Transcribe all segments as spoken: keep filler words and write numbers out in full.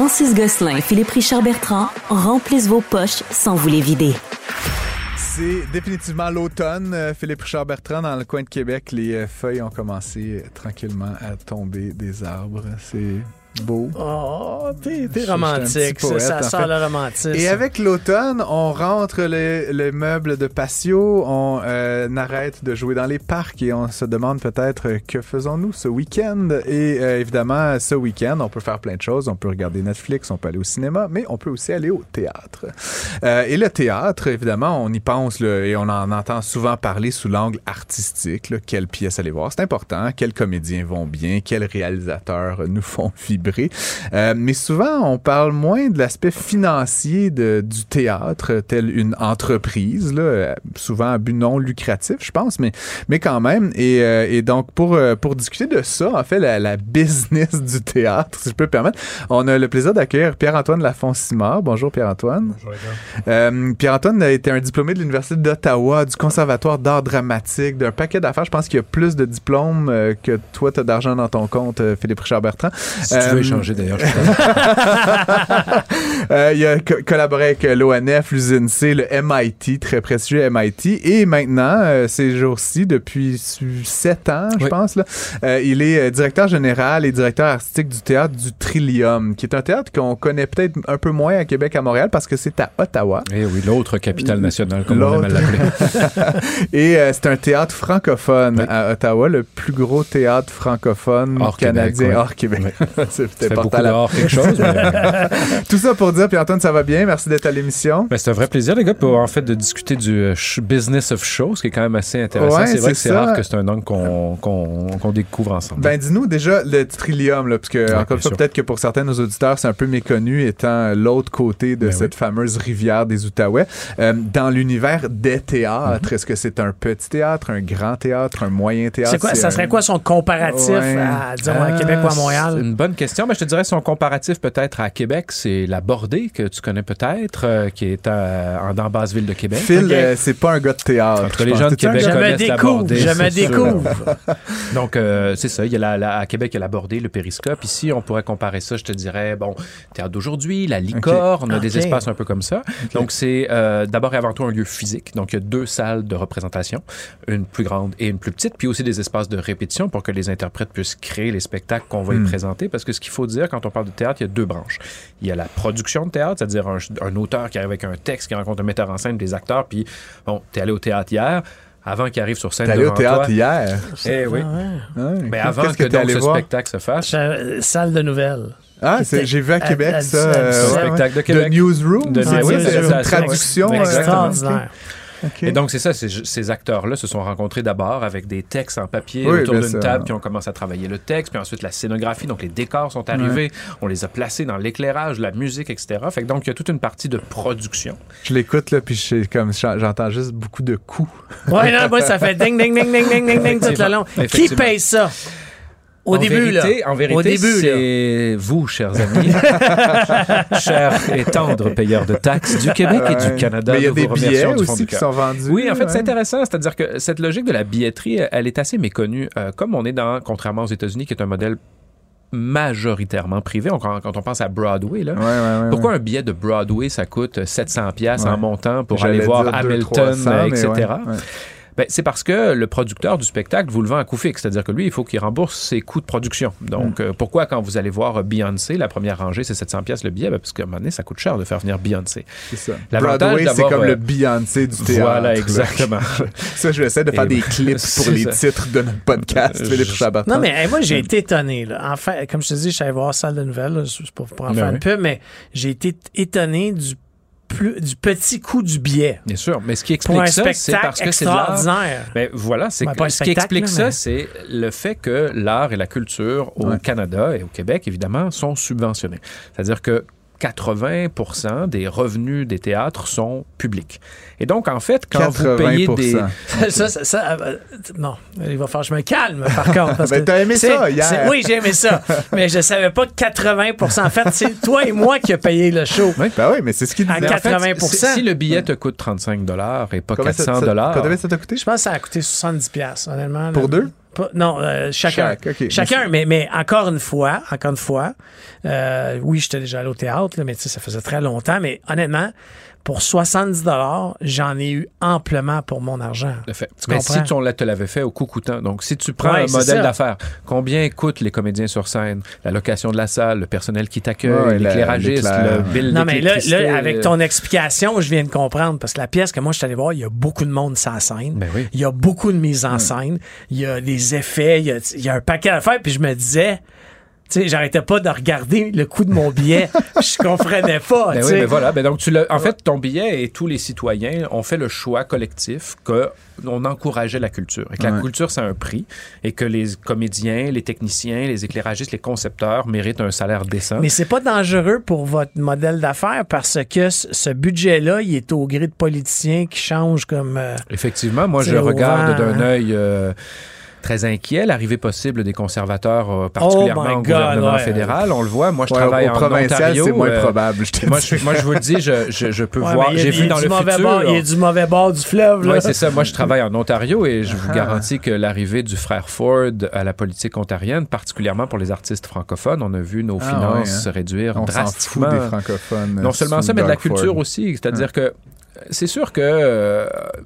Francis Gosselin et Philippe Richard-Bertrand remplissent vos poches sans vous les vider. C'est définitivement l'automne. Philippe Richard-Bertrand, dans le coin de Québec, les feuilles ont commencé tranquillement à tomber des arbres. C'est beau. Oh, t'es, t'es romantique. Poète, ça sort fait. le romantisme. Et avec l'automne, on rentre les, les meubles de patio, on euh, arrête de jouer dans les parcs et on se demande peut-être que faisons-nous ce week-end. Et euh, évidemment, ce week-end, on peut faire plein de choses. On peut regarder Netflix, on peut aller au cinéma, mais on peut aussi aller au théâtre. Euh, et le théâtre, évidemment, on y pense là, et on en entend souvent parler sous l'angle artistique. Là, quelle pièce aller voir? C'est important. Quels comédiens vont bien? Quels réalisateurs nous font vibrer? Euh, mais souvent, on parle moins de l'aspect financier de, du théâtre, tel une entreprise, là, souvent à but non lucratif, je pense, mais, mais quand même. Et, euh, et donc, pour, pour discuter de ça, en fait, la, la business du théâtre, si je peux me permettre, on a le plaisir d'accueillir Pierre-Antoine Lafont-Simard. Bonjour, Pierre-Antoine. Bonjour, euh, Pierre-Antoine a été un diplômé de l'Université d'Ottawa, du Conservatoire d'art dramatique, d'un paquet d'affaires. Je pense qu'il y a plus de diplômes euh, que toi, tu as d'argent dans ton compte, Philippe Richard-Bertrand. Si euh, tu veux échanger, d'ailleurs. euh, il a co- collaboré avec l'O N F, l'U S N C, le M I T, très prestigieux M I T. Et maintenant, euh, ces jours-ci, depuis sept ans, je oui. pense, là, euh, il est directeur général et directeur artistique du théâtre du Trillium, qui est un théâtre qu'on connaît peut-être un peu moins à Québec, à Montréal, parce que c'est à Ottawa. Eh oui, l'autre capitale nationale, comme l'autre. on aime à l'appeler. Et euh, c'est un théâtre francophone oui. à Ottawa, le plus gros théâtre francophone hors canadien Québec, hors Québec. Oui. c'est ça fait beaucoup la... dehors quelque chose. Mais... Tout ça pour dire, Pierre-Antoine, ça va bien? Merci d'être à l'émission. Ben, c'est un vrai plaisir, les gars, pour en fait de discuter du sh- business of show, ce qui est quand même assez intéressant. Ouais, c'est vrai c'est que c'est ça. rare que c'est un angle qu'on, qu'on, qu'on découvre ensemble. Ben, dis-nous déjà le Trillium, là, parce que, ouais, encore une fois, peut-être que pour certains de nos auditeurs, c'est un peu méconnu, étant l'autre côté de ben cette oui. fameuse rivière des Outaouais. Euh, dans l'univers des théâtres, mm-hmm. est-ce que c'est un petit théâtre, un grand théâtre, un moyen théâtre? C'est quoi, c'est ça un... serait quoi son comparatif ouais. à, disons, à Québec ou à Montréal? C'est une bonne question, mais je te dirais son comparatif peut-être à Québec, c'est la Bordée, que tu connais peut-être, euh, qui est à, en, dans Basse-Ville de Québec. Phil, okay. euh, c'est pas un gars de théâtre. Entre les gens de Québec connaissent la Bordée. Je me découvre. Donc, euh, c'est ça. Il y a la, la, à Québec, il y a la Bordée, le Périscope. Ici, on pourrait comparer ça, je te dirais, bon, Théâtre d'aujourd'hui, la Licorne, okay. on a okay. des espaces un peu comme ça. Okay. Donc, c'est euh, d'abord et avant tout un lieu physique. Donc, il y a deux salles de représentation, une plus grande et une plus petite, puis aussi des espaces de répétition pour que les interprètes puissent créer les spectacles qu'on va mm. y présenter. Parce que ce qu'il faut dire, quand on parle de théâtre, il y a deux branches. Il y a la production de théâtre, c'est-à-dire un, un auteur qui arrive avec un texte, qui rencontre un metteur en scène, des acteurs, puis, bon, t'es allé au théâtre hier, avant qu'il arrive sur scène t'es devant toi. T'es allé au théâtre hier? Eh oui. Ah ouais. Ouais. Mais avant que, que donc ce voir? spectacle se fasse. Euh, salle de nouvelles. Ah, c'est, j'ai vu à Québec, à, à, ça. Le euh, spectacle de Québec. The Newsroom. De, c'est, oui, c'est, c'est une traduction. Oui. Extraordinaire. Okay. Et donc, c'est ça, ces, ces acteurs-là se sont rencontrés d'abord avec des textes en papier oui, autour d'une ça. table, puis on commence à travailler le texte, puis ensuite la scénographie, donc les décors sont arrivés, ouais. on les a placés dans l'éclairage, la musique, et cetera. Fait que donc, il y a toute une partie de production. Je l'écoute, là, puis je, comme, j'entends juste beaucoup de coups. Oui, non, moi, ça fait ding, ding, ding, ding, ding, ding, ding tout le long. Qui paye ça? Au en début, vérité, là. En vérité, Au début, c'est là. vous, chers amis, chers et tendres payeurs de taxes du Québec ouais. et du Canada. Mais il y a des billets aussi du fond qui sont vendus. Oui, en fait, ouais. c'est intéressant. C'est-à-dire que cette logique de la billetterie, elle est assez méconnue. Euh, comme on est dans, contrairement aux États-Unis, qui est un modèle majoritairement privé. On, quand, quand on pense à Broadway, là, ouais, ouais, ouais, pourquoi ouais. un billet de Broadway, ça coûte sept cents dollars ouais. en montant pour J'allais aller voir Hamilton, deux cents, et cetera. Ouais, ouais. Ben, c'est parce que le producteur du spectacle vous le vend à coût fixe. C'est-à-dire que lui, il faut qu'il rembourse ses coûts de production. Donc, mm. euh, pourquoi, quand vous allez voir Beyoncé, la première rangée, c'est sept cents dollars le billet? Ben, parce qu'à un moment donné, ça coûte cher de faire venir Beyoncé. C'est ça. L'avantage Broadway, d'avoir, c'est comme euh, le Beyoncé du théâtre. Voilà, exactement. Ça, je vais essayer de faire Et des clips pour les ça. titres de notre podcast. Philippe Richard-Bertrand. Non, mais hey, moi, j'ai été étonné. Là. En fait, comme je te dis, je suis allé voir Salle de nouvelles, là, pour, pour en mais faire oui. un peu, mais j'ai été étonné du Plus, du petit coût du billet. Bien sûr, mais ce qui explique ça, c'est parce que c'est de l'art. Ben, voilà, c'est ben, que, ce qui explique là, ça, mais... c'est le fait que l'art et la culture au ouais. Canada et au Québec, évidemment, sont subventionnés. C'est-à-dire que quatre-vingts pour cent des revenus des théâtres sont publics. Et donc, en fait, quand vous payez des... ça, ça, ça euh, non, il va falloir que je me calme, par contre. Parce ben, que t'as aimé ça hier. Oui, j'ai aimé ça. Mais je savais pas que quatre-vingts pour cent. En fait, c'est toi et moi qui a payé le show. Oui, ben oui, mais c'est ce qu'il disait. À quatre-vingts pour cent. En fait, si le billet te coûte trente-cinq dollars et pas Combien quatre cents dollars... Combien ça t'a coûté? Je pense que ça a coûté soixante-dix dollars, honnêtement. Pour là. deux? Pas, non, euh, chacun. Chaque, okay. Chacun, mais, mais encore une fois, encore une fois, euh, oui, j'étais déjà allé au théâtre, là, mais tu sais, ça faisait très longtemps, mais honnêtement, pour soixante-dix dollars, j'en ai eu amplement pour mon argent. Fait. Mais comprends? Si tu on te l'avait fait au coup coûtant, donc si tu prends ouais, un modèle d'affaires, combien coûtent les comédiens sur scène, la location de la salle, le personnel qui t'accueille, ouais, l'éclairagiste, le bill Non, mais là, là, avec euh... ton explication, je viens de comprendre, parce que la pièce que moi, je suis allé voir, il y a beaucoup de monde sur la scène. Ben oui. Il y a beaucoup de mise en scène. Il y a des effets, il y a, il y a un paquet d'affaires, puis je me disais... Tu sais, j'arrêtais pas de regarder le coût de mon billet. Je comprenais pas. Ben oui, mais voilà. Ben donc, tu l'as, en fait, ton billet et tous les citoyens ont fait le choix collectif qu'on encourageait la culture. Et que ouais. la culture, c'est un prix. Et que les comédiens, les techniciens, les éclairagistes, les concepteurs méritent un salaire décent. Mais c'est pas dangereux pour votre modèle d'affaires parce que ce budget-là, il est au gré de politiciens qui changent comme... Euh, Effectivement. Moi, je regarde d'un œil... Euh, très inquiet, l'arrivée possible des conservateurs, euh, particulièrement oh au God, gouvernement ouais. fédéral. On le voit. Moi, je ouais, travaille au en provincial, Ontario. C'est moins euh, probable. Je moi, je, moi, je vous le dis, je, je, je peux ouais, voir. J'ai a, vu dans le futur. Bord, il y a du mauvais bord du fleuve. Oui, c'est ça. Moi, je travaille en Ontario et je vous garantis que l'arrivée du frère Ford à la politique ontarienne, particulièrement pour les artistes francophones, on a vu nos ah, finances ouais, hein. se réduire on drastiquement. On s'en fout des francophones. Non seulement ça, mais de la culture Ford. Aussi. C'est-à-dire hein. que c'est sûr que... Euh,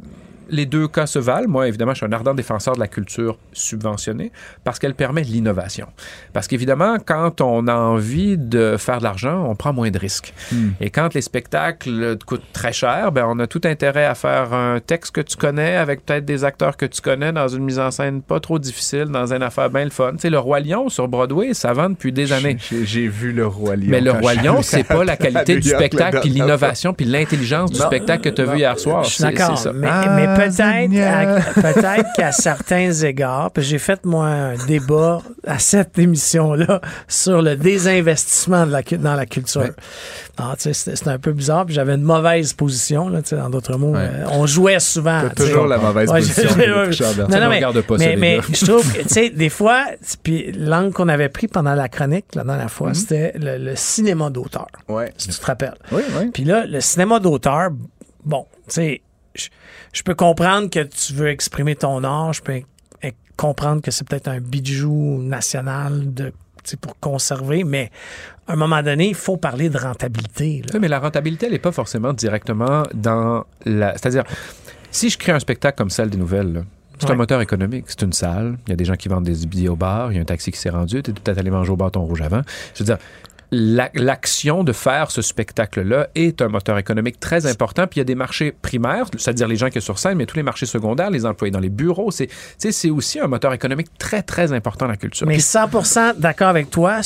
les deux cas se valent. Moi, évidemment, je suis un ardent défenseur de la culture subventionnée parce qu'elle permet l'innovation. Parce qu'évidemment, quand on a envie de faire de l'argent, on prend moins de risques. Mm. Et quand les spectacles coûtent très cher, ben, on a tout intérêt à faire un texte que tu connais avec peut-être des acteurs que tu connais dans une mise en scène pas trop difficile, dans une affaire bien le fun. Tu sais, le Roi Lion sur Broadway, ça vend depuis des années. J'ai, j'ai vu le Roi Lion. Mais le Roi Lion, c'est pas la qualité du spectacle, puis l'innovation, puis l'intelligence du non, spectacle que tu as vu hier soir. Je suis d'accord, c'est mais, ah, mais peut-être, à, peut-être qu'à certains égards, puis j'ai fait, moi, un débat à cette émission-là sur le désinvestissement de la, dans la culture. Ouais. Alors, c'était, c'était un peu bizarre, puis j'avais une mauvaise position, là, en d'autres mots. Ouais. Euh, on jouait souvent. T'as toujours la mauvaise ouais, position. Je, non, non, mais, pas mais, ça, mais je trouve que, tu sais, des fois, puis l'angle qu'on avait pris pendant la chronique, la dernière fois, mm-hmm. c'était le, le cinéma d'auteur. Ouais. Si tu te rappelles. Oui, oui. Puis là, le cinéma d'auteur, bon, tu sais, je, je peux comprendre que tu veux exprimer ton art, je peux comprendre que c'est peut-être un bijou national de, pour conserver, mais à un moment donné, il faut parler de rentabilité. Là. Oui, mais la rentabilité, elle n'est pas forcément directement dans la... C'est-à-dire, si je crée un spectacle comme Salle des Nouvelles, là, c'est ouais. un moteur économique, c'est une salle, il y a des gens qui vendent des billets au bar, il y a un taxi qui s'est rendu, tu es peut-être allé manger au bâton rouge avant. Je veux dire, La, l'action de faire ce spectacle-là est un moteur économique très important. Puis il y a des marchés primaires, c'est-à-dire les gens qui sont sur scène, mais tous les marchés secondaires, les employés dans les bureaux, c'est, c'est aussi un moteur économique très, très important, la culture. Mais cent pour cent d'accord avec toi.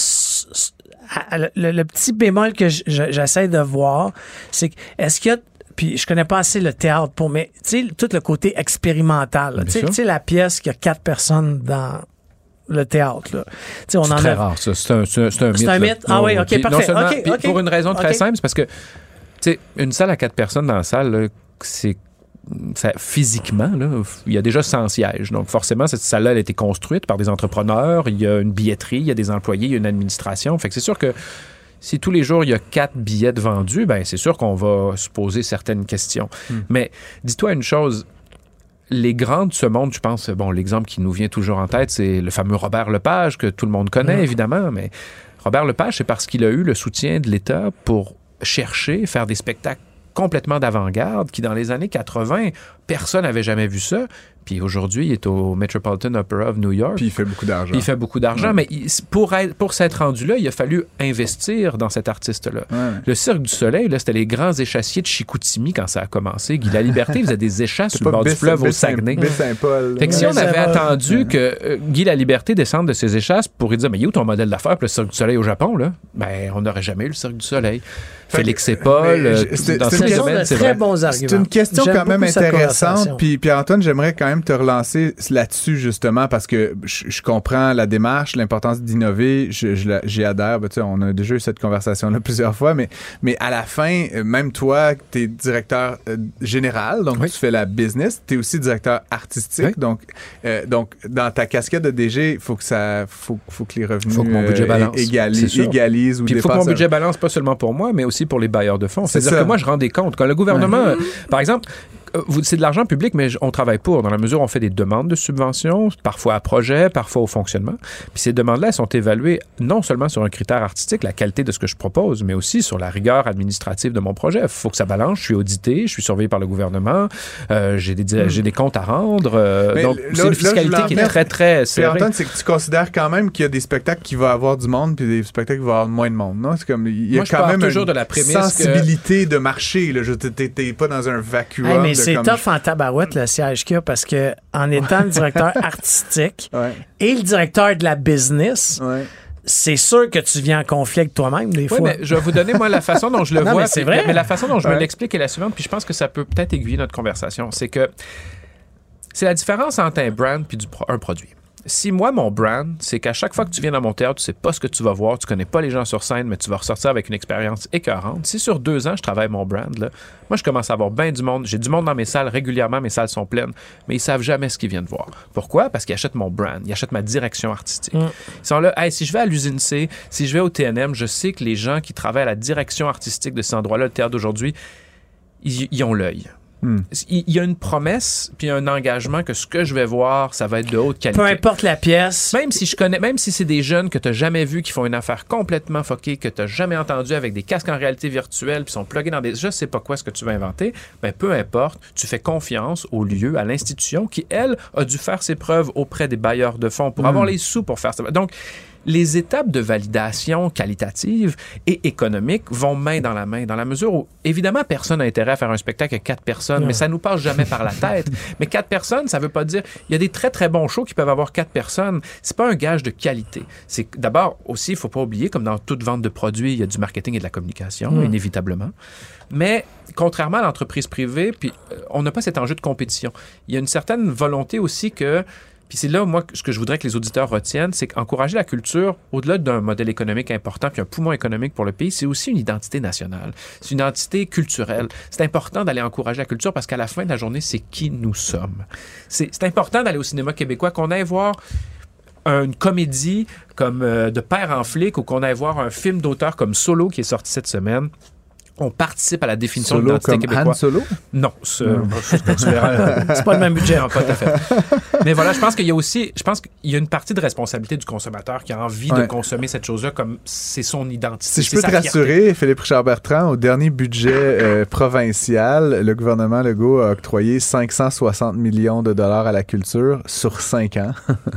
Le, le, le petit bémol que je, je, j'essaie de voir, c'est que est-ce qu'il y a... Puis je connais pas assez le théâtre pour... Mais tu sais, tout le côté expérimental. Tu sais, la pièce qu'il y a quatre personnes dans... le théâtre, là. C'est on très en a... rare, ça. C'est un, c'est un, c'est un mythe. C'est un mythe? Ah non, oui, OK, puis, parfait. Non seulement, okay, puis okay. Pour une raison très okay. simple, c'est parce que, tu sais, une salle à quatre personnes dans la salle, là, c'est... Ça, physiquement, là, il y a déjà cent sièges. Donc, forcément, cette salle-là, elle a été construite par des entrepreneurs. Il y a une billetterie, il y a des employés, il y a une administration. Fait que c'est sûr que si tous les jours, il y a quatre billets de vendus, ben c'est sûr qu'on va se poser certaines questions. Hmm. Mais dis-toi une chose... Les grands de ce monde, je pense, bon, l'exemple qui nous vient toujours en tête, c'est le fameux Robert Lepage, que tout le monde connaît, mmh. évidemment, mais Robert Lepage, c'est parce qu'il a eu le soutien de l'État pour chercher, faire des spectacles complètement d'avant-garde, qui, dans les années quatre-vingt, personne n'avait jamais vu ça. Puis aujourd'hui, il est au Metropolitan Opera of New York. Puis il fait beaucoup d'argent. Puis il fait beaucoup d'argent, ouais. mais il, pour, être, pour s'être rendu là, il a fallu investir dans cet artiste-là. Ouais. Le Cirque du Soleil, là, c'était les grands échassiers de Chicoutimi quand ça a commencé. Guy Laliberté faisait des échasses sur le bord du fleuve au Saguenay. Fait que si on avait attendu que euh, Guy Laliberté descende de ses échasses pour lui dire « Mais où ton modèle d'affaires pour le Cirque du Soleil au Japon? » là, ben, on n'aurait jamais eu le Cirque du Soleil. Félix et Paul, euh, dans ce domaine, c'est très vrai. bons arguments. C'est une question J'aime quand même intéressante. Puis, puis Antoine, j'aimerais quand même te relancer là-dessus, justement, parce que je, je comprends la démarche, l'importance d'innover. Je, je, j'y adhère. Ben, tu sais, on a déjà eu cette conversation-là plusieurs fois, mais, mais à la fin, même toi, tu es directeur euh, général, donc oui. tu fais la business. Tu es aussi directeur artistique. Oui. Donc, euh, donc, dans ta casquette de D G, il faut que ça, faut, faut que les revenus faut que mon budget balance. Euh, égalise, égalise ou puis il faut que mon budget balance pas seulement pour moi, mais aussi pour les bailleurs de fonds. C'est C'est-à-dire ça. que moi, je rends des comptes. Quand le gouvernement, ouais. par exemple, c'est de l'argent public, mais on travaille pour, dans la mesure où on fait des demandes de subventions, parfois à projet, parfois au fonctionnement. Puis ces demandes-là, elles sont évaluées non seulement sur un critère artistique, la qualité de ce que je propose, mais aussi sur la rigueur administrative de mon projet. Il faut que ça balance. Je suis audité, je suis surveillé par le gouvernement, euh, j'ai, des, mmh. j'ai des comptes à rendre. Euh, donc, là, c'est une fiscalité là, qui est très, très serrée. Antoine, c'est que tu considères quand même qu'il y a des spectacles qui vont avoir du monde puis des spectacles qui vont avoir moins de monde, non? C'est comme, il y a Moi, quand même toujours une de la sensibilité que... de marché. Là. Je, t'es, t'es pas dans un vacuum. Hey, mais de c'est comme... tough en tabarouette, le siège qu'il y a, parce que en étant le directeur artistique ouais. et le directeur de la business, ouais. c'est sûr que tu viens en conflit avec toi-même des oui, fois. Mais je vais vous donner, moi, la façon dont je le non, vois. Mais c'est puis, vrai. Mais la façon dont je ouais. me l'explique est la suivante, puis je pense que ça peut peut-être aiguiller notre conversation. C'est que c'est la différence entre un brand puis du pro- un produit. Si moi, mon brand, c'est qu'à chaque fois que tu viens dans mon théâtre, tu sais pas ce que tu vas voir, tu connais pas les gens sur scène, mais tu vas ressortir avec une expérience écœurante. Si sur deux ans, je travaille mon brand, là, moi, je commence à avoir bien du monde. J'ai du monde dans mes salles régulièrement, mes salles sont pleines, mais ils savent jamais ce qu'ils viennent voir. Pourquoi? Parce qu'ils achètent mon brand, ils achètent ma direction artistique. Mm. Ils sont là, hey, si je vais à l'usine C, si je vais au T N M, je sais que les gens qui travaillent à la direction artistique de cet endroit-là, le théâtre d'aujourd'hui, ils, ils ont l'œil. Hmm. Il y a une promesse puis un engagement que ce que je vais voir, ça va être de haute qualité. Peu importe la pièce. Même si je connais, même si c'est des jeunes que tu n'as jamais vus qui font une affaire complètement fuckée, que tu n'as jamais entendu avec des casques en réalité virtuelle puis sont plugués dans des... Je sais pas quoi ce que tu vas inventer, ben peu importe, tu fais confiance au lieu, à l'institution qui, elle, a dû faire ses preuves auprès des bailleurs de fonds pour hmm. avoir les sous pour faire ça. Donc, les étapes de validation qualitative et économique vont main dans la main, dans la mesure où, évidemment, personne n'a intérêt à faire un spectacle avec quatre personnes, non. mais ça nous passe jamais par la tête. Mais quatre personnes, ça veut pas dire... Il y a des très, très bons shows qui peuvent avoir quatre personnes. C'est pas un gage de qualité. C'est d'abord, aussi, il faut pas oublier, comme dans toute vente de produits, il y a du marketing et de la communication, mmh. inévitablement. Mais contrairement à l'entreprise privée, puis euh, on n'a pas cet enjeu de compétition. Il y a une certaine volonté aussi que... Puis c'est là, moi, ce que je voudrais que les auditeurs retiennent, c'est qu'encourager la culture, au-delà d'un modèle économique important puis un poumon économique pour le pays, c'est aussi une identité nationale. C'est une identité culturelle. C'est important d'aller encourager la culture parce qu'à la fin de la journée, c'est qui nous sommes. C'est, c'est important d'aller au cinéma québécois, qu'on aille voir une comédie comme euh, de Père en flic ou qu'on aille voir un film d'auteur comme Solo qui est sorti cette semaine. On participe à la définition Solo de l'identité comme québécoise. Han Solo? Non, ce, non. c'est pas le même budget. Non, pas tout à fait. Mais voilà, je pense qu'il y a aussi, je pense qu'il y a une partie de responsabilité du consommateur qui a envie ouais. de consommer cette chose-là comme c'est son identité. Si je peux te rassurer, Philippe Richard-Bertrand, au dernier budget euh, provincial, le gouvernement Legault a octroyé cinq cent soixante millions de dollars à la culture sur cinq ans,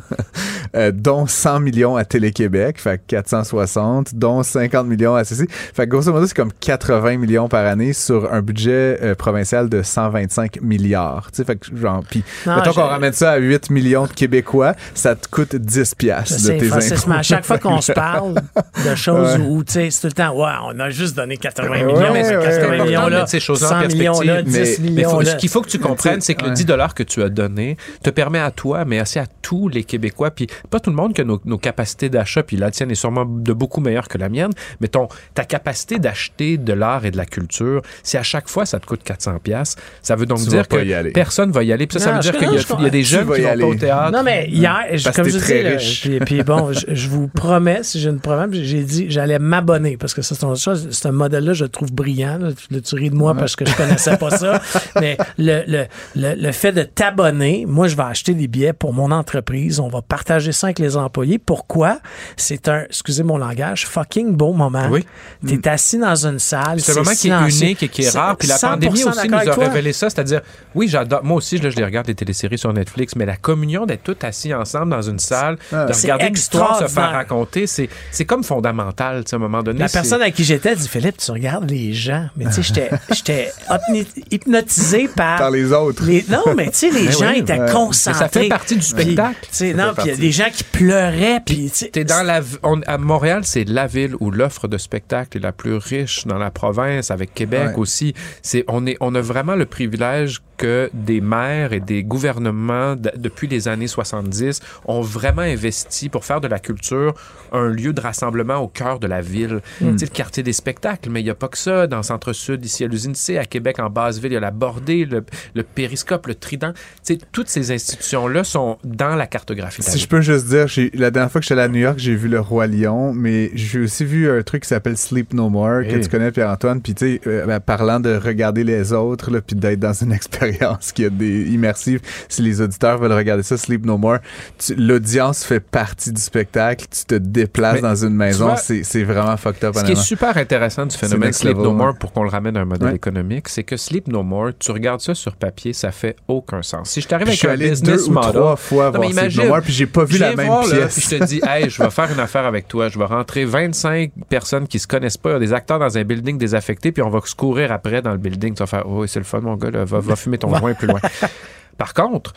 euh, dont cent millions à Télé-Québec, fait quatre cent soixante, dont cinquante millions à ceci. Fait que grosso modo, c'est comme quatre-vingts millions par année sur un budget euh, provincial de cent vingt-cinq milliards. Tu sais, fait que genre, puis mettons je... qu'on ramène ça à huit millions de Québécois, ça te coûte dix piastres de tes impôts. À chaque fois qu'on se parle de choses ouais. où, tu sais, c'est tout le temps, ouais, on a juste donné quatre-vingts millions, ouais, mais ouais, quatre-vingts ouais, millions ouais. là, ces choses-là cent en millions là, mais, dix mais millions faut, là. Ce qu'il faut que tu comprennes, c'est que ouais. le dix dollars que tu as donné te permet à toi, mais aussi à tous les Québécois, puis pas tout le monde qui a nos, nos capacités d'achat, puis la tienne est sûrement de beaucoup meilleure que la mienne, mais ton, ta capacité d'acheter de l'art et de la culture, si à chaque fois ça te coûte quatre cents piastres, ça veut donc tu dire que personne va y aller. Puis ça, non, ça veut dire qu'il y a, il y a des jeunes qui vont pas au théâtre. Non, mais hier, je, comme je dis, là, puis, puis bon, je, je vous promets, si j'ai une promesse, j'ai dit j'allais m'abonner parce que ça, c'est une chose, ce modèle-là, je le trouve brillant. Là, tu, tu ris de moi ouais. parce que je connaissais pas ça. Mais le, le, le, le fait de t'abonner, moi, je vais acheter des billets pour mon entreprise. On va partager ça avec les employés. Pourquoi? C'est un, excusez mon langage, fucking beau moment. Oui. T'es mm. assis dans une salle. C'est un moment qui est unique et qui est rare. Puis la pandémie aussi nous a révélé ça. C'est-à-dire, oui, j'adore. Moi aussi, là, je les regarde les téléséries sur Netflix, mais la communion d'être tous assis ensemble dans une salle, ah, de regarder l'histoire se faire raconter, c'est, c'est comme fondamental, à un moment donné. La c'est... personne à qui j'étais dit, Philippe, tu regardes les gens. Mais tu sais, j'étais, j'étais hypnotisé par... Par les autres. Les... Non, mais tu sais, les mais gens oui, étaient ouais. concentrés. Mais ça fait partie du spectacle. Puis, non, puis il y a des gens qui pleuraient. Puis, t'es dans la... On, à Montréal, c'est la ville où l'offre de spectacle est la plus riche dans la province, avec Québec ouais. aussi. C'est, on, est, on a vraiment le privilège que des maires et des gouvernements, de, depuis les années soixante-dix, ont vraiment investi pour faire de la culture un lieu de rassemblement au cœur de la ville. Mm. Tu sais, le quartier des spectacles, mais il n'y a pas que ça. Dans le Centre-Sud, ici à l'Usine C, à Québec, en Basse-Ville, il y a la Bordée, le, le Périscope, le Trident. Tu sais, toutes ces institutions-là sont dans la cartographie. Si je peux veux juste dire, j'ai, la dernière fois que j'étais allé à New York, j'ai vu le Roi Lion, mais j'ai aussi vu un truc qui s'appelle Sleep No More, hey. que tu connais, Pierre-Antoine, puis tu sais, euh, ben, parlant de regarder les autres, là, puis d'être dans une expérience qui a des immersive, si les auditeurs veulent regarder ça, Sleep No More, tu, l'audience fait partie du spectacle, tu te déplaces mais, dans une maison, vois, c'est, c'est vraiment fucked up. Ce qui est super intéressant du phénomène Sleep level, No More, pour qu'on le ramène à un modèle ouais. économique, c'est que Sleep No More, tu regardes ça sur papier, ça fait aucun sens. Si je t'arrive avec un business model, trois fois non, voir Sleep No More, puis j'ai pas vu la même voir, pièce. Là, puis je te dis, hey, je vais faire une affaire avec toi, je vais rentrer vingt-cinq personnes qui se connaissent pas, des acteurs dans un building désaffecté, puis on va se courir après dans le building. Tu vas faire, oh, c'est le fun, mon gars, là, va, va fumer ton joint plus loin. Par contre,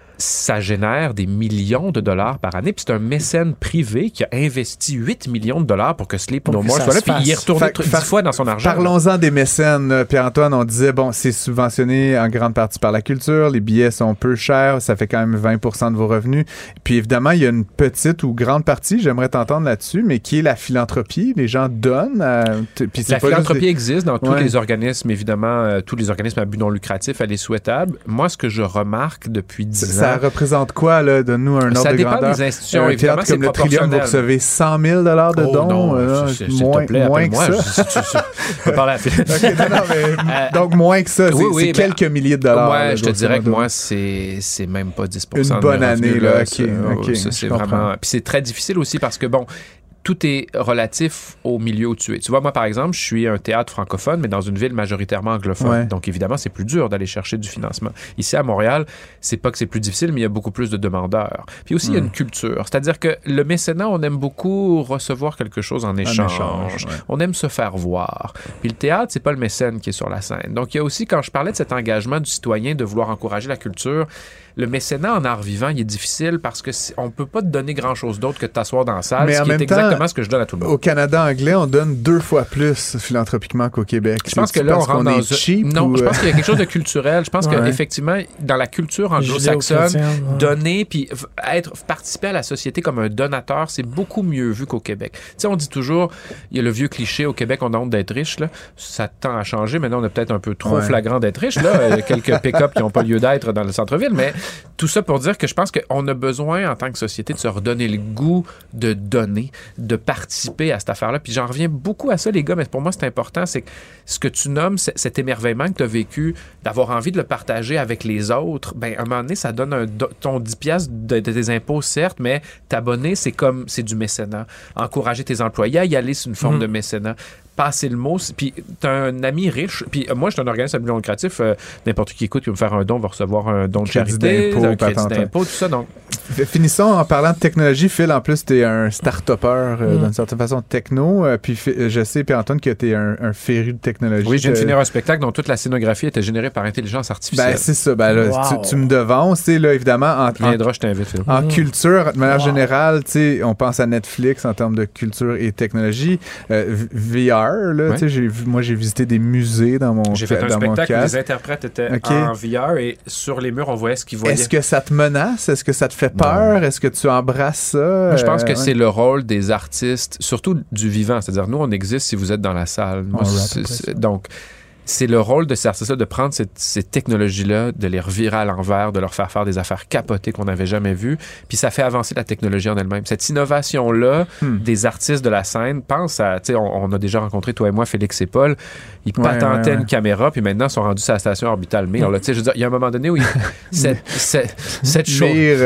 ça génère des millions de dollars par année. Puis c'est un mécène privé qui a investi huit millions de dollars pour que Sleep No More soit là. Puis il est retourné dix fois dans son argent. Parlons-en des mécènes. Pierre-Antoine, on disait, bon, c'est subventionné en grande partie par la culture. Les billets sont peu chers. Ça fait quand même vingt pour cent de vos revenus. Puis évidemment, il y a une petite ou grande partie, j'aimerais t'entendre là-dessus, mais qui est la philanthropie. Les gens donnent. À... Puis la philanthropie des... existe dans tous ouais. les organismes, évidemment, euh, tous les organismes à but non lucratif. Elle est souhaitable. Moi, ce que je remarque depuis dix ans, ça représente quoi, là? Donne-nous un ordre ça de grandeur. Ça dépend des institutions. Un évidemment, théâtre comme le Trillium, vous recevez cent mille dollars de oh, dons. Non, là, c'est, c'est, moins, s'il te plaît, moins que moi, ça. Je, je, je, je peux parler à Philippe. okay, non, non, mais, euh, donc, moins que ça. C'est, oui, oui, c'est quelques ben, milliers de dollars. Moi, là, je te dirais que moi, c'est, c'est même pas dix pour cent une bonne de mes année. revenus, Là, là, okay, ça, okay, ça, c'est vraiment... Puis c'est très difficile aussi parce que, bon, tout est relatif au milieu où tu es. Tu vois, moi, par exemple, je suis un théâtre francophone, mais dans une ville majoritairement anglophone. Ouais. Donc, évidemment, c'est plus dur d'aller chercher du financement. Ici, à Montréal, c'est pas que c'est plus difficile, mais il y a beaucoup plus de demandeurs. Puis aussi, mmh. il y a une culture. C'est-à-dire que le mécénat, on aime beaucoup recevoir quelque chose en échange. échange ouais. On aime se faire voir. Puis le théâtre, c'est pas le mécène qui est sur la scène. Donc, il y a aussi, quand je parlais de cet engagement du citoyen de vouloir encourager la culture, le mécénat en art vivant, il est difficile parce que on peut pas te donner grand-chose d'autre que de t'asseoir dans la salle, mais ce qui est temps, exactement ce que je donne à tout le monde. Au Canada anglais, on donne deux fois plus philanthropiquement qu'au Québec. Je pense que là, on rentre dans... cheap non, ou... je pense qu'il y a quelque chose de culturel. Je pense ouais. qu'effectivement, dans la culture anglo-saxonne, ouais. donner puis être, participer à la société comme un donateur, c'est beaucoup mieux vu qu'au Québec. Tu sais, on dit toujours, il y a le vieux cliché, au Québec, on a honte d'être riche. Là. Ça tend à changer. Maintenant, on est peut-être un peu trop ouais. flagrant d'être riche. Là. Il y a quelques pick-up qui n'ont pas lieu d'être dans le centre-ville, mais tout ça pour dire que je pense qu'on a besoin, en tant que société, de se redonner le goût de donner, de participer à cette affaire-là. Puis j'en reviens beaucoup à ça, les gars, mais pour moi, c'est important, c'est que ce que tu nommes, c'est cet émerveillement que tu as vécu, d'avoir envie de le partager avec les autres, bien, à un moment donné, ça donne un, ton dix piastres de, de tes impôts, certes, mais t'abonner, c'est comme, c'est du mécénat. Encourager tes employés à y aller, c'est une forme mmh. de mécénat. Passer le mot, puis t'as un ami riche, puis moi, je suis un organisme à but non lucratif, euh, n'importe qui écoute qui veut me faire un don va recevoir un don de crédit charité, d'impôt, un crédit d'impôt, tout ça, donc... Finissons en parlant de technologie. Phil, en plus, t'es un start-upper euh, mm. d'une certaine façon techno, euh, puis je sais, Pierre-Antoine, que t'es un, un féru de technologie. Oui, je viens de finir un spectacle dont toute la scénographie était générée par intelligence artificielle. Ben, c'est ça, ben là, wow. tu, tu me devances, tu sais, là, évidemment, en, Viendra, en, je t'invite, Phil. en mm. culture, de manière wow. générale, tu sais, on pense à Netflix en termes de culture et technologie. Euh, V R, là, ouais. tu sais, moi, j'ai visité des musées dans mon J'ai fait dans un spectacle où les interprètes étaient okay. en V R et sur les murs, on voyait ce qu'ils voyaient. Est-ce que ça te menace? Est-ce que ça te fait peur? Non. Est-ce que tu embrasses ça? Moi, je pense euh, que ouais. c'est le rôle des artistes, surtout du vivant. C'est-à-dire, nous, on existe si vous êtes dans la salle. Moi, c'est, c'est, donc, c'est le rôle de ces artistes-là de prendre cette, ces technologies-là, de les revirer à l'envers, de leur faire faire des affaires capotées qu'on n'avait jamais vues. Puis ça fait avancer la technologie en elle-même. Cette innovation-là hmm. des artistes de la scène, pense à, tu sais, on, on a déjà rencontré, toi et moi, Félix et Paul, ils ouais, patentaient ouais, ouais. une caméra, puis maintenant, ils sont rendus sur la station orbitale Mir. Là, tu sais, je veux dire, il y a un moment donné où ils, cette, cette, cette chose...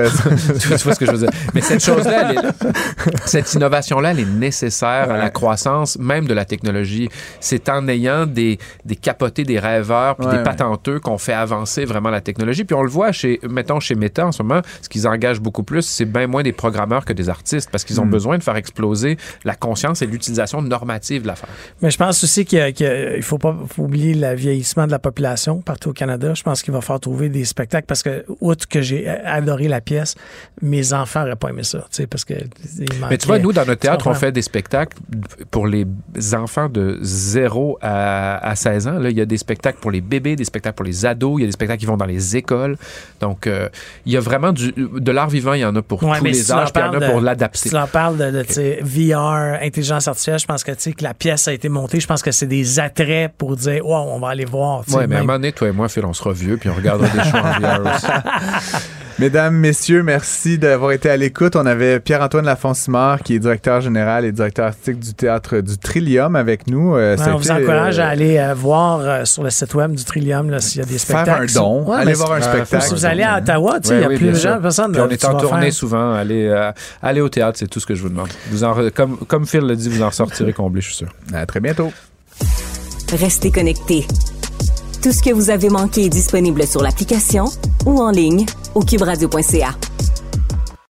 tu vois ce que je veux dire? Mais cette chose-là, elle est là. Cette innovation-là, elle est nécessaire ouais. à la croissance même de la technologie. C'est en ayant des, des capoter des rêveurs puis ouais, des patenteux qu'on fait avancer vraiment la technologie. Puis on le voit chez, mettons, chez Meta en ce moment, ce qu'ils engagent beaucoup plus, c'est bien moins des programmeurs que des artistes parce qu'ils ont mm. besoin de faire exploser la conscience et l'utilisation normative de l'affaire. Mais je pense aussi qu'il ne faut pas faut oublier le vieillissement de la population partout au Canada. Je pense qu'il va falloir trouver des spectacles parce que, outre que j'ai adoré la pièce, mes enfants n'auraient pas aimé ça. Tu sais, parce que mais tu vois, nous, dans notre théâtre, on fait des spectacles pour les enfants de zéro à, à seize ans. Là, il y a des spectacles pour les bébés, des spectacles pour les ados, il y a des spectacles qui vont dans les écoles. Donc, euh, il y a vraiment du, de l'art vivant, il y en a pour ouais, tous les si âges, puis il y en a de, pour l'adapter. Si tu en parles de, de okay. V R, intelligence artificielle, je pense que, que la pièce a été montée, je pense que c'est des attraits pour dire, wow, on va aller voir. Oui, mais même... à un moment donné, toi et moi, Phil, on sera vieux, puis on regardera des shows en V R aussi. Mesdames, messieurs, merci d'avoir été à l'écoute. On avait Pierre-Antoine Lafonce-Simard, qui est directeur général et directeur artistique du Théâtre du Trillium avec nous. Euh, ouais, on vous encourage euh, à aller euh, voir euh, sur le site web du Trillium là, s'il y a des spectacles. Faire un don, ouais, allez voir un spectacle. Si vous allez à Ottawa, il ouais, y a oui, plusieurs personnes. Puis on est en tournée faire. souvent. Allez, euh, allez au théâtre, c'est tout ce que je vous demande. Vous en re- comme, comme Phil l'a dit, vous en sortirez comblé, je suis sûr. À très bientôt. Restez connectés. Tout ce que vous avez manqué est disponible sur l'application ou en ligne au cube radio point c a.